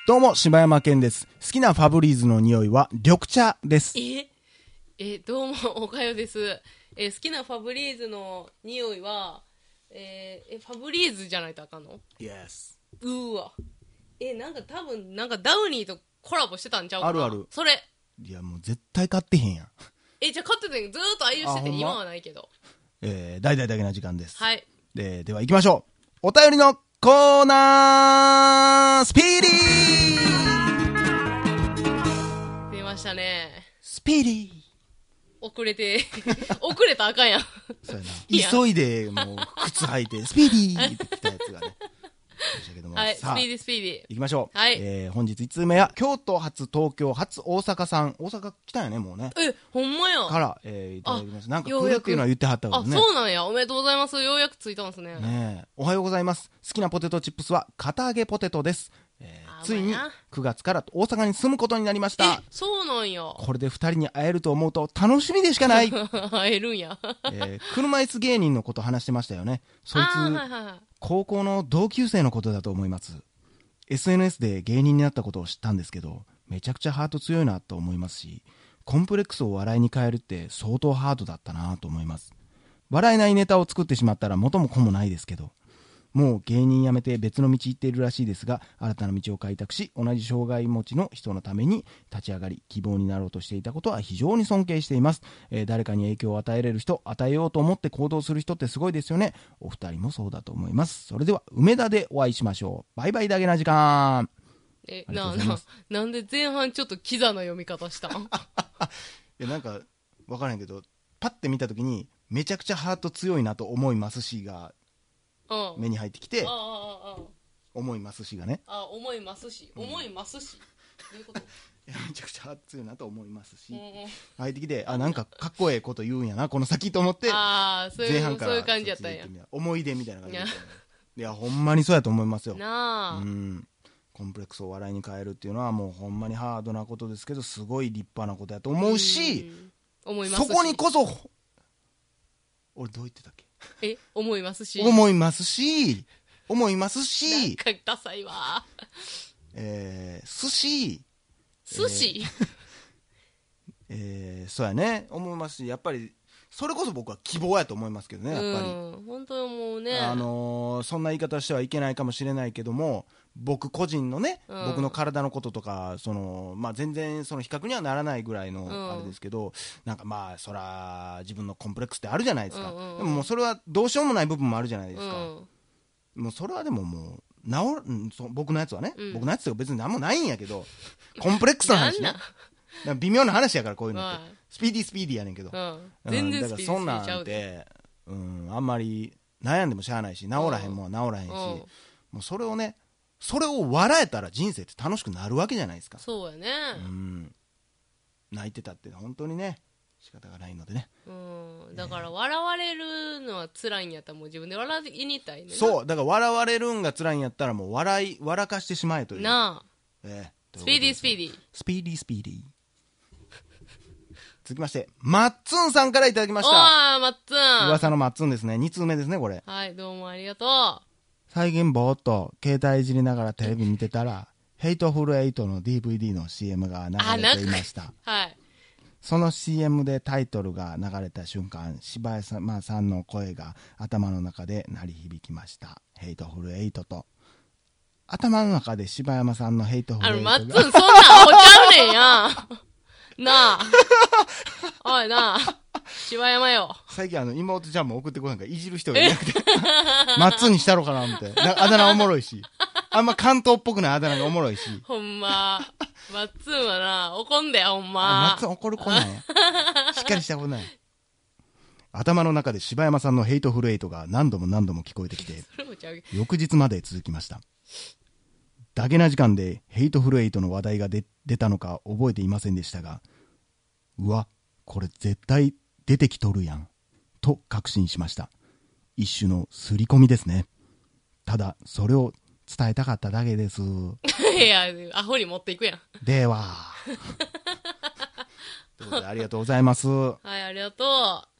どうも、柴山健です。好きなファブリーズの匂いは緑茶です。 どうも、おかよです。好きなファブリーズの匂いは、ファブリーズじゃないとあかんの？ Yes。 うーわ。なんか多分、なんかダウニーとコラボしてたんちゃうかな？ あるある。 それ。 いや、もう絶対買ってへんやん。 じゃあ買ってて、ずーっと愛用してて、今はないけど。 大々だけな時間です。 はい。 では行きましょう。お便りのコーナースピーディー出ましたね。 スピーディー遅れたらあかんやん。 そうやな。急いで、もう、靴履いて、スピーディーって来たやつがね。 はい、スピさあーディースピーディー。 行きましょう。 はい。 本日1通目は、京都発、東京発、大阪さん。大阪来たよね、もうね。 ほんまや。 から、いただきました。なんか来るっていうのは言ってはったけどね。 そうなんや。おめでとうございます。ようやく着いたんですね。 ねえ。おはようございます。好きなポテトチップスは、堅揚げポテトです。ついに9月から大阪に住むことになりました。 そうなんや。 これで2人に会えると思うと楽しみでしかない。 会えるんや。 車椅子芸人のこと話してましたよね。そいつ、高校の同級生のことだと思います。SNS で芸人になったことを知ったんですけど、めちゃくちゃハート強いなと思いますし、コンプレックスを笑いに変えるって相当ハードだったなと思います。笑えないネタを作ってしまったら元も子もないですけど、もう芸人辞めて別の道行っているらしいですが、新たな道を開拓し、同じ障害持ちの人のために立ち上がり、希望になろうとしていたことは非常に尊敬しています。誰かに影響を与えれる人、与えようと思って行動する人ってすごいですよね。お二人もそうだと思います。それでは、梅田でお会いしましょう。バイバイだけな時間。 なんで前半ちょっとキザな読み方したん？いや、なんか、わからへんけど、パッて見たときに、めちゃくちゃハート強いなと思いますしが、目に入ってきて、思いますしがね。 思いますし。思いますし。どういうこと？ いや、めちゃくちゃハート強いなと思いますし、入ってきて、なんかかっこええこと言うんやな、この先と思って、前半からそういう感じやったんや。 思い出みたいな感じで。いや、ほんまにそうやと思いますよ。 なあ。 コンプレックスを笑いに変えるっていうのはもうほんまにハードなことですけど、すごい立派なことやと思うし、そこにこそ、俺どう言ってたっけ？ 思いますし。 思いますし、なんかダサいわ。 寿司そうやね、思いますし、やっぱりそれこそ僕は希望やと思いますけどね、やっぱり。 本当にもうね。 そんな言い方してはいけないかもしれないけども、僕個人のね、僕の体のこととか、全然その比較にはならないぐらいのあれですけど、なんかそら自分のコンプレックスってあるじゃないですか。でももうそれはどうしようもない部分もあるじゃないですか。もうそれはでももう僕のやつはね、僕のやつとか別に何もないんやけど、コンプレックスの話ね。微妙な話やから、こういうのって。スピーディーやねんけど。 全然だからそんなんて、あんまり悩んでもしゃあないし、治らへんもんは治らへんし、もうそれをね、それを笑えたら人生って楽しくなるわけじゃないですか。 そうやね。 泣いてたって本当にね、仕方がないのでね。 だから笑われるのは辛いんやったらもう自分で笑いに行ったらいいね。 そう、だから笑われるんが辛いんやったらもう笑かしてしまえという。 なあ。スピーディー。 スピーディー。続きまして、マッツンさんからいただきました。 マッツン。 噂のマッツンですね。2通目ですね、これ。 はい、どうもありがとう。 最近ぼーっと携帯いじりながらテレビ見てたら、ヘイトフルエイトの DVD の CM が流れていました。 はい。 その CM でタイトルが流れた瞬間、柴山さんの声が頭の中で鳴り響きました。ヘイトフルエイトと。頭の中で柴山さんのヘイトフルエイトが。 マッツン、そんなんアホちゃうねんや。なあ。おいなあ。柴山よ。 最近妹ちゃんも送ってこないからいじる人がいなくて。マッツンにしたろかな思って。あだ名おもろいし。あんま関東っぽくないあだ名がおもろいし。 ほんま。マッツンはな、怒んだよ、ほんま。 マッツン怒る子なんや。しっかりした子なんや。頭の中で柴山さんのヘイトフルエイトが何度も聞こえてきて、翌日まで続きました。だけな時間でヘイトフルエイトの話題が出たのか覚えていませんでしたが、うわ、これ絶対出てきとるやん、と確信しました。一種の刷り込みですね。ただ、それを伝えたかっただけです。 いや、アホに持っていくやん。 では。ということでありがとうございます。 はい、ありがと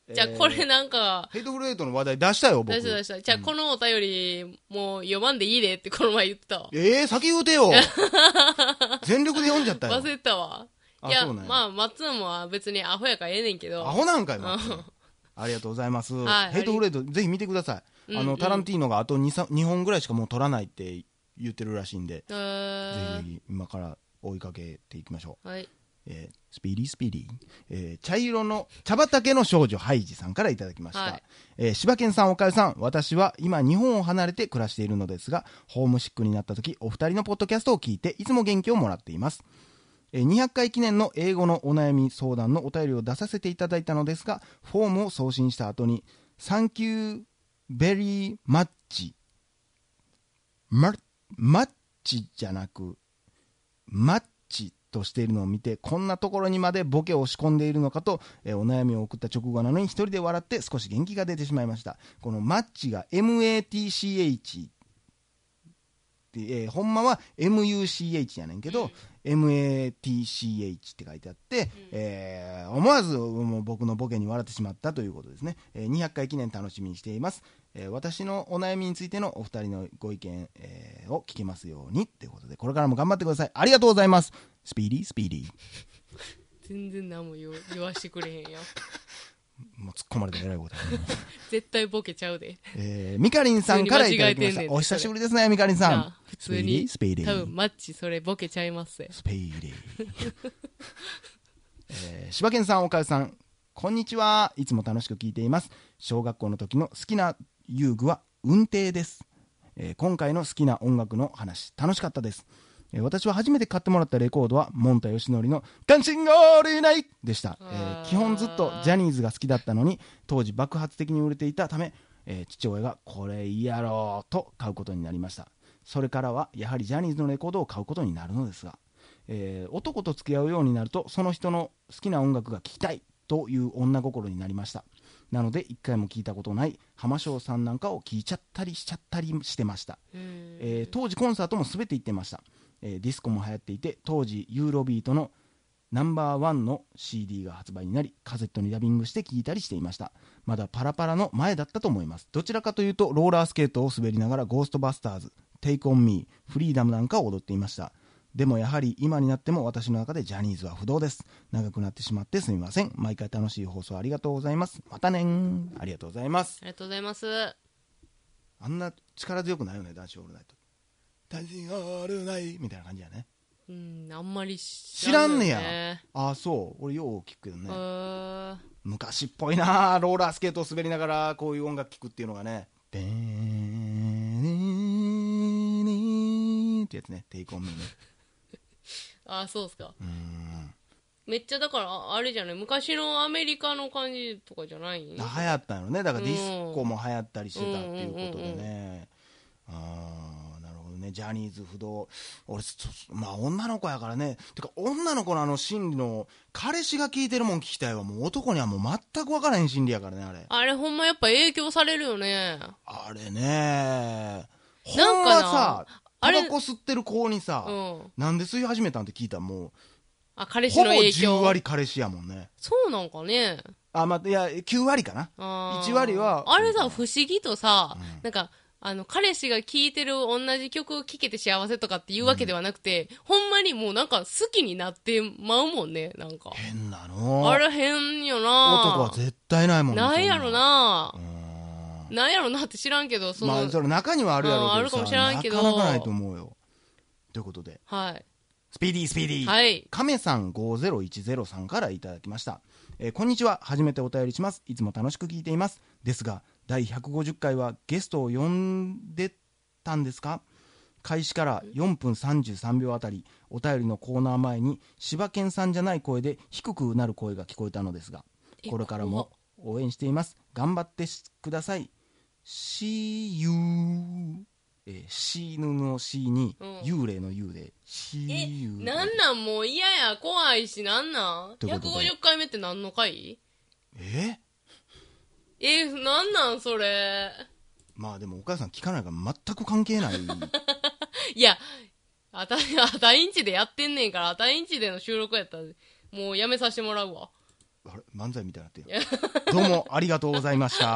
じゃあこれなんか、 ヘイトフルヘイトの話題出したよ、僕。 出した。じゃあこのお便り、もう読まんでいいでってこの前言ってたわ。 先言うてよ。全力で読んじゃったよ。 忘れてたわ。いや、まあ、松山は別にアホやからええねんけど。 アホなんかい、ありがとうございます。ヘイトフルヘイト、ぜひ見てください。タランティーノがあと2本ぐらいしかもう撮らないって言ってるらしいんで、ぜひぜひ今から追いかけていきましょう。 はい。 スピーディースピーディー、茶色の茶畑の少女ハイジさんからいただきました、はい。柴犬さん、おかゆさん、私は今日本を離れて暮らしているのですが、ホームシックになった時お二人のポッドキャストを聞いていつも元気をもらっています。200回記念の英語のお悩み相談のお便りを出させていただいたのですが、フォームを送信した後にサンキューベリーマッチマッチじゃなくマッチとしているのを見て、こんなところにまでボケを仕込んでいるのかと、お悩みを送った直後なのに一人で笑って少し元気が出てしまいました。このマッチが MATCH ほんまは MUCH やねんけど、MATCH って書いてあって、思わず僕のボケに笑ってしまったということですね。200回記念楽しみにしています。私のお悩みについてのお二人のご意見、を聞けますようにということで、これからも頑張ってください。ありがとうございます。スピーディースピーディー。 全然何も言わしてくれへんやん。 もう突っ込まれたらえらいことやね。 絶対ボケちゃうで。 ミカリンさんからいただきました。お久しぶりですね、ミカリンさん。 普通にスピーディー。 多分マッチそれボケちゃいますぜ。 スピーディー。柴犬さん、おかゆさん、こんにちは。いつも楽しく聞いています。小学校の時の好きな遊具は運転です。今回の好きな音楽の話、楽しかったです。私は初めて買ってもらったレコードはもんたよしのりのダンシングオールナイトでした。基本ずっとジャニーズが好きだったのに、当時爆発的に売れていたため、父親がこれいいやろうと買うことになりました。それからはやはりジャニーズのレコードを買うことになるのですが、男と付き合うようになるとその人の好きな音楽が聴きたいという女心になりました。なので一回も聞いたことない浜翔さんなんかを聴いちゃったりしちゃったりしてました。当時コンサートも全て行ってました。ディスコも流行っていて、当時ユーロビートのナンバーワンの CD が発売になり、カセットにダビングして聴いたりしていました。まだパラパラの前だったと思います。どちらかというとローラースケートを滑りながらゴーストバスターズ、テイクオンミー、フリーダムなんかを踊っていました。でもやはり今になっても私の中でジャニーズは不動です。長くなってしまってすみません。毎回楽しい放送ありがとうございます。またねん。ありがとうございます。 ありがとうございます。 あんな力強くないよね、男子オールナイト。ダンシングオールナイトみたいな感じやね。 あんまり知らんねや。ああ、そう。俺よう聞くけどね。昔っぽいな。ローラースケートを滑りながらこういう音楽聞くっていうのがね。でーんってやつね。テイクオンミーね。 ああ、そうっすか。めっちゃだからあれじゃない、昔のアメリカの感じとかじゃない？流行ったのね。だからディスコも流行ったりしてたっていうことでね。なるほどね。ジャニーズ不動。俺まあ女の子やからね。てか女の子のあの心理の彼氏が聞いてるもん聞きたいわ。もう男にはもう全く分からへん心理やからね、あれ。 あれほんまやっぱ影響されるよね。 あれね。ほんまさ、タバコ吸ってる子にさ、なんで吸い始めたんって聞いたらもう、 彼氏の影響。 ほぼ10割彼氏やもんね。 そうなんかね。 まあ、いや、9割かな。1割は。 あれさ、不思議とさ、なんか、彼氏が聴いてる同じ曲を聴けて幸せとかっていうわけではなくて、ほんまにもうなんか好きになってまうもんね、なんか。 変なの。 あれ変よな。 男は絶対ないもんね。 ないやろな。なんやろなって知らんけど、 まあ、それ中にはあるやろうけどさ、 あるかもしらんけど。 なかなかないと思うよ。ということで。 はい。 スピーディースピーディー。 はい。 亀さん5010さんからいただきました。こんにちは。初めてお便りします。いつも楽しく聞いています。ですが、第150回はゲストを呼んでたんですか？開始から4分33秒あたり、お便りのコーナー前に柴犬さんじゃない声で低くなる声が聞こえたのですが、これからも応援しています。頑張ってください。See you。死ぬの死に、幽霊の幽霊。 なんもう嫌や、怖いし、なん150回目って何の回？なんそれ。 まあでもお母さん聞かないから全く関係ない。 いや、あたインチでやってんねんから、あたインチでの収録やったら、もうやめさせてもらうわ。 あれ漫才みたいになってる。どうもありがとうございました。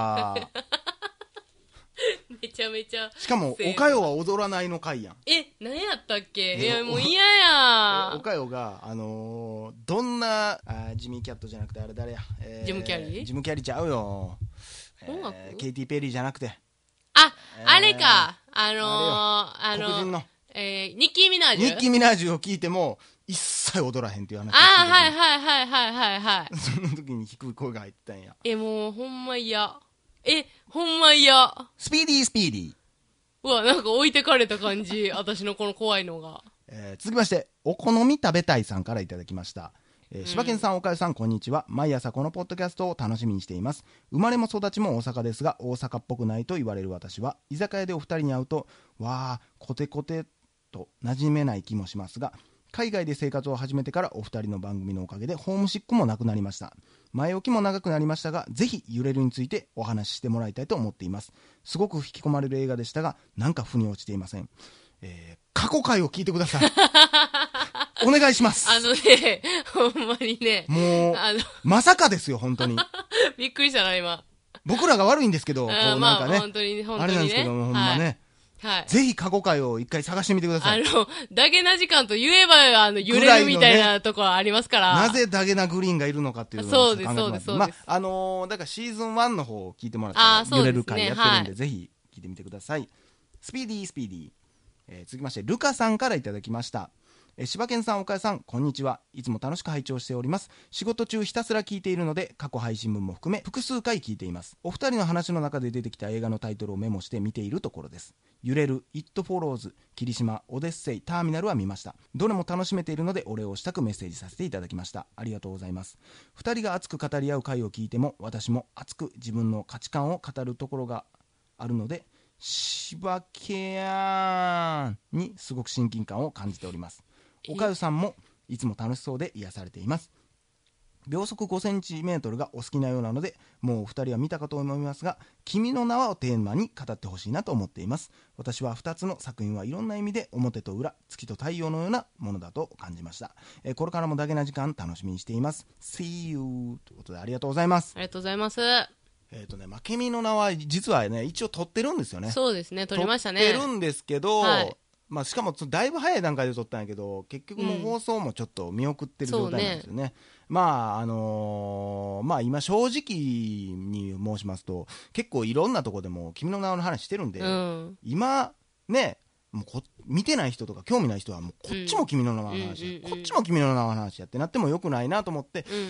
めちゃめちゃ。 しかも、おかよは踊らないの回やん。 何やったっけ？いや、もう嫌や。 おかよが、どんな、ジミーキャットじゃなくて、あれ誰や、 ジムキャリー？ ジムキャリーちゃうよ。ケイティ・ペリーじゃなくて。 あれか。 黒人の。 ニッキー・ミナージュ？ ニッキー・ミナージュを聞いても、一切踊らへんっていう話。 はい。 その時に低い声が入ってたんや。 もう、ほんま嫌。ほんま嫌。 スピーディー。 うわ、なんか置いてかれた感じ。私のこの怖いのが。 続きまして、お好み食べたいさんからいただきました。柴犬さん、おかゆさん、こんにちは。毎朝このポッドキャストを楽しみにしています。生まれも育ちも大阪ですが、大阪っぽくないと言われる私は、居酒屋でお二人に会うと、わー、コテコテと馴染めない気もしますが、海外で生活を始めてからお二人の番組のおかげでホームシックもなくなりました。前置きも長くなりましたが、ぜひ揺れるについてお話ししてもらいたいと思っています。すごく引き込まれる映画でしたが、なんか腑に落ちていません。過去回を聞いてください。お願いします。 ほんまにね。 もう、まさかですよ、本当に。 びっくりしたな、今。 僕らが悪いんですけど、こうなんかね。 本当にね。 あれなんですけども、ほんまね。 はい。 ぜひ過去回を一回探してみてください。 ダゲな時間と言えば、揺れるみたいなところありますから。 なぜダゲなグリーンがいるのかっていうのをそうです、そうです、そうです。 だからシーズン1の方を聞いてもらったら、揺れる回やってるんで、ぜひ聞いてみてください。スピーディー。続きまして、ルカさんからいただきました。柴犬さん、岡谷さん、こんにちは。いつも楽しく拝聴しております。仕事中ひたすら聞いているので、過去配信分も含め複数回聞いています。お二人の話の中で出てきた映画のタイトルをメモして見ているところです。揺れる、イットフォローズ、霧島、オデッセイ、ターミナルは見ました。どれも楽しめているのでお礼をしたくメッセージさせていただきました。ありがとうございます。二人が熱く語り合う回を聞いても、私も熱く自分の価値観を語るところがあるので、柴犬にすごく親近感を感じております。おかゆさんもいつも楽しそうで癒されています。秒速5センチメートルがお好きなようなので、もうお二人は見たかと思いますが、君の名はをテーマに語ってほしいなと思っています。私は2つの作品はいろんな意味で表と裏、月と太陽のようなものだと感じました。これからもダゲな時間楽しみにしています。See you ということでありがとうございます。 ありがとうございます。 君の名は実はね、一応撮ってるんですよね。 そうですね、撮りましたね。 撮ってるんですけど、 はい、 しかもだいぶ早い段階で撮ったんやけど、結局もう放送もちょっと見送ってる状態なんですよね。今正直に申しますと、結構いろんなとこでも君の名の話してるんで、今ね、もう見てない人とか興味ない人はもうこっちも君の名の話、こっちも君の名の話やってなってもよくないなと思って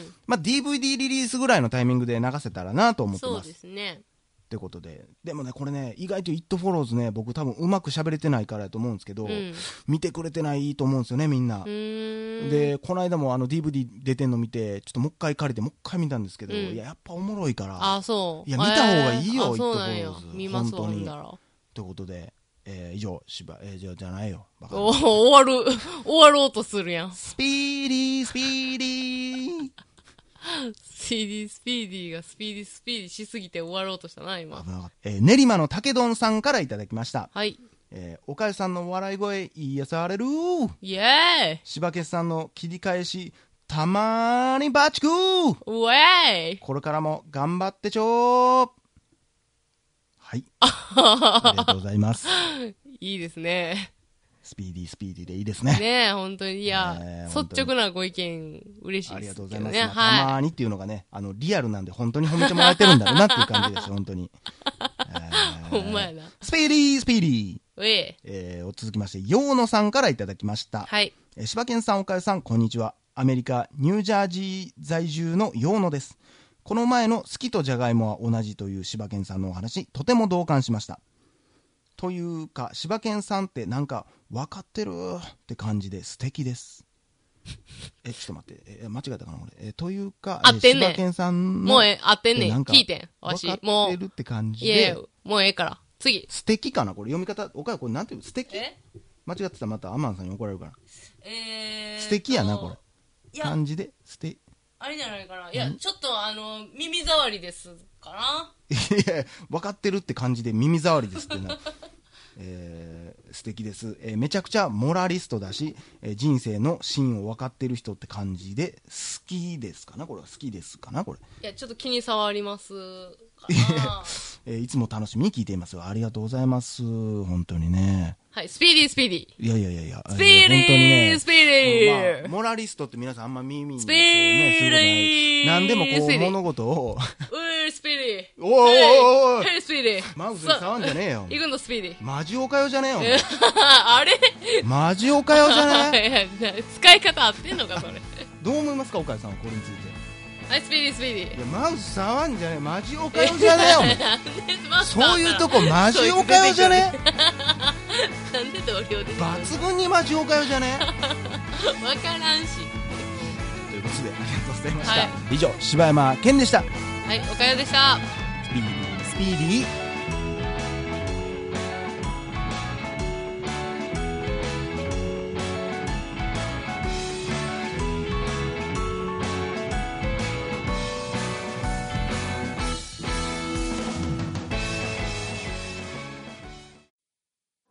、DVD リリースぐらいのタイミングで流せたらなと思ってます。 そうですね。 ってことで、でもね、これね、意外とイットフォローズね、僕多分うまく喋れてないからやと思うんですけど、見てくれてないと思うんですよね、みんな。で、この間もDVD 出てんの見て、ちょっともう一回借りてもう一回見たんですけど、いや、やっぱおもろいから、 あ、そう。 いや、見た方がいいよ、イットフォローズ。 見ますわ、見たら。 ということで、以上、じゃないよ。 終わろうとするやん。 スピーディー。 スピーディーがスピーディーしすぎて終わろうとしたな、今。 練馬の竹丼さんからいただきました。 はい。 おかゆさんの笑い声、癒される。 イェーイ。 柴家さんの切り返し、たまーにバチクー。 ウェーイ。 これからも頑張ってちょー。はい。ありがとうございます。 いいですね。 スピーディーでいいですね。 ねえ、本当に。いや、率直なご意見、嬉しいです、ね。 ありがとうございます。たまーにっていうのがね、リアルなんで本当に褒めてもらえてるんだろうなっていう感じです、本当に。 ほんまやな。 スピーディー。続きまして、陽野さんからいただきました。 はい。 柴犬さん、岡谷さん、こんにちは。アメリカ、ニュージャージー在住の陽野です。この前の好きとじゃがいもは同じという柴犬さんのお話、とても同感しました。というか、柴犬さんってなんか分かってるって感じで素敵です。ちょっと待って、間違えたかな俺。というか、柴犬さんのもう合ってんねん。聞いてん。わし、もう。 分かってるって感じで。 いやもうええから。次。 素敵かなこれ読み方、おかゆこれなんていう素敵間違ってたらまたアマンさんに怒られるから。素敵やな、これ。感じで、 あれじゃないかな。いや、ちょっと耳障りですかな。 いや、分かってるって感じで耳障りですってな。 素敵です、めちゃくちゃモラリストだし、人生の芯を分かってる人って感じで好きですかな、これは好きですかな、これ。 いやちょっと気に障りますかないつも楽しみに聞いていますよ。ありがとうございます。本当にね。 はい、スピーディースピーディー。 いやいやいやいや、 スピーディー、 本当にね、 スピーディー、 モラリストって皆さんあんま耳にスピーディー、 そういうことない。何でもこう物事をスピーディー。 おいおいおい、 ヘイスピーディー。 マウスに触んじゃねえよ。 行くんだスピーディー。 マジオカヨじゃねえよ。 あれマジオカヨじゃねえ使い方合ってんのかそれ。 どう思いますか、岡谷さんはこれについて。 はい、スピーディースピーディー。 いや、マウス触んじゃねえ、マジオカヨじゃねえよ。そういうとこマジオカヨじゃねえ。なんで同僚で抜群にマジオカヨじゃねえ。わからんし。 ということでありがとうございました、 はい、 以上柴山健でした。 はい、おかよでした。 スピーディー